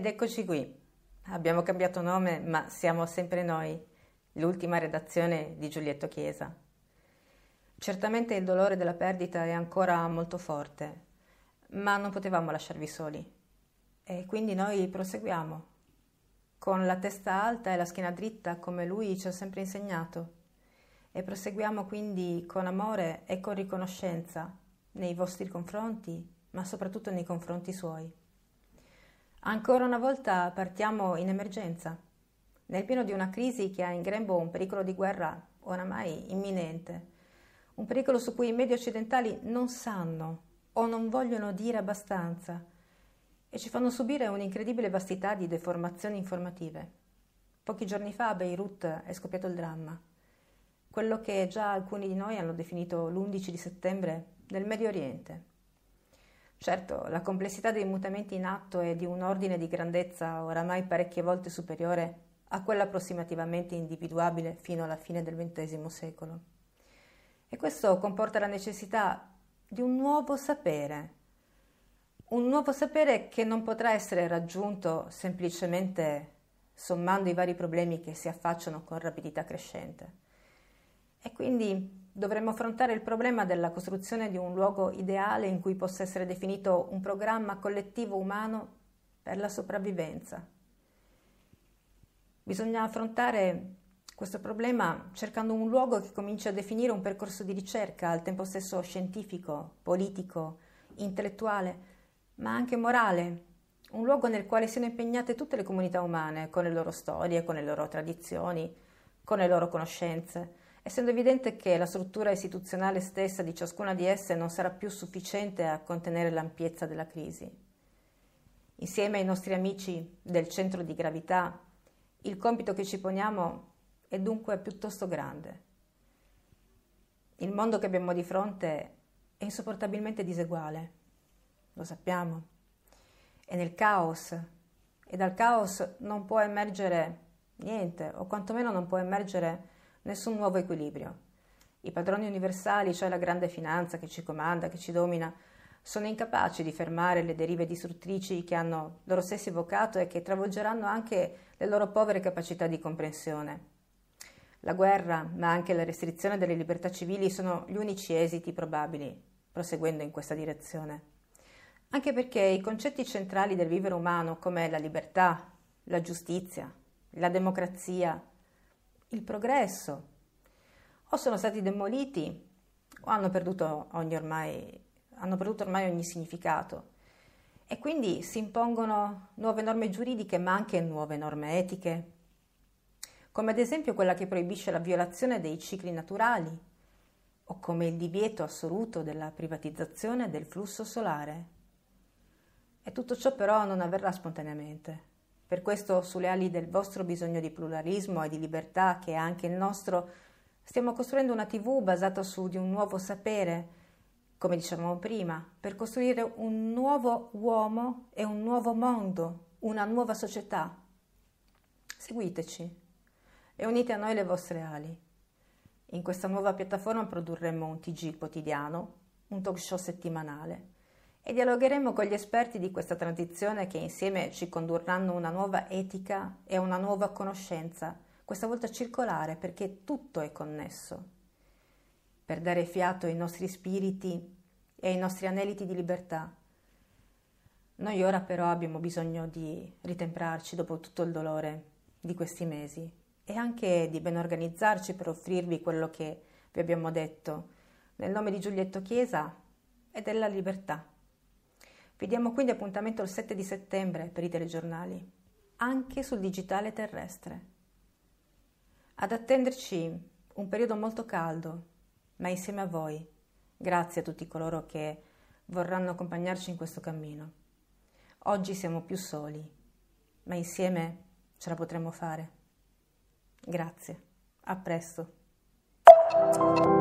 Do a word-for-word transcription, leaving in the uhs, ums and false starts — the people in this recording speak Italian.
Ed eccoci qui. Abbiamo cambiato nome, ma siamo sempre noi, l'ultima redazione di Giulietto Chiesa. Certamente il dolore della perdita è ancora molto forte, ma non potevamo lasciarvi soli. E quindi noi proseguiamo, con la testa alta e la schiena dritta come lui ci ha sempre insegnato. E proseguiamo quindi con amore e con riconoscenza nei vostri confronti, ma soprattutto nei confronti suoi. Ancora una volta partiamo in emergenza, nel pieno di una crisi che ha in grembo un pericolo di guerra oramai imminente, un pericolo su cui i media occidentali non sanno o non vogliono dire abbastanza e ci fanno subire un'incredibile vastità di deformazioni informative. Pochi giorni fa a Beirut è scoppiato il dramma, quello che già alcuni di noi hanno definito l'undici di settembre del Medio Oriente. Certo, la complessità dei mutamenti in atto è di un ordine di grandezza oramai parecchie volte superiore a quella approssimativamente individuabile fino alla fine del ventesimo secolo. E questo comporta la necessità di un nuovo sapere, un nuovo sapere che non potrà essere raggiunto semplicemente sommando i vari problemi che si affacciano con rapidità crescente. E quindi dovremmo affrontare il problema della costruzione di un luogo ideale in cui possa essere definito un programma collettivo umano per la sopravvivenza. Bisogna affrontare questo problema cercando un luogo che cominci a definire un percorso di ricerca al tempo stesso scientifico, politico, intellettuale, ma anche morale, un luogo nel quale siano impegnate tutte le comunità umane, con le loro storie, con le loro tradizioni, con le loro conoscenze, essendo evidente che la struttura istituzionale stessa di ciascuna di esse non sarà più sufficiente a contenere l'ampiezza della crisi. Insieme ai nostri amici del centro di gravità, il compito che ci poniamo è dunque piuttosto grande. Il mondo che abbiamo di fronte è insopportabilmente diseguale, lo sappiamo. È nel caos e dal caos non può emergere niente, o quantomeno non può emergere nessun nuovo equilibrio. I padroni universali, cioè la grande finanza che ci comanda, che ci domina, sono incapaci di fermare le derive distruttrici che hanno loro stessi evocato e che travolgeranno anche le loro povere capacità di comprensione. La guerra, ma anche la restrizione delle libertà civili sono gli unici esiti probabili, proseguendo in questa direzione. Anche perché i concetti centrali del vivere umano, come la libertà, la giustizia, la democrazia, il progresso, o sono stati demoliti o hanno perduto, ogni ormai, hanno perduto ormai ogni significato. E quindi si impongono nuove norme giuridiche, ma anche nuove norme etiche, come ad esempio quella che proibisce la violazione dei cicli naturali, o come il divieto assoluto della privatizzazione del flusso solare. E tutto ciò però non avverrà spontaneamente. Per questo, sulle ali del vostro bisogno di pluralismo e di libertà, che è anche il nostro, stiamo costruendo una tivù basata su di un nuovo sapere, come dicevamo prima, per costruire un nuovo uomo e un nuovo mondo, una nuova società. Seguiteci e unite a noi le vostre ali. In questa nuova piattaforma produrremo un T G quotidiano, un talk show settimanale, e dialogheremo con gli esperti di questa transizione che insieme ci condurranno una nuova etica e una nuova conoscenza, questa volta circolare perché tutto è connesso, per dare fiato ai nostri spiriti e ai nostri aneliti di libertà. Noi ora però abbiamo bisogno di ritemprarci dopo tutto il dolore di questi mesi e anche di ben organizzarci per offrirvi quello che vi abbiamo detto nel nome di Giulietto Chiesa e della libertà. Vi diamo quindi appuntamento il sette di settembre per i telegiornali, anche sul digitale terrestre. Ad attenderci un periodo molto caldo, ma insieme a voi, grazie a tutti coloro che vorranno accompagnarci in questo cammino. Oggi siamo più soli, ma insieme ce la potremo fare. Grazie, a presto.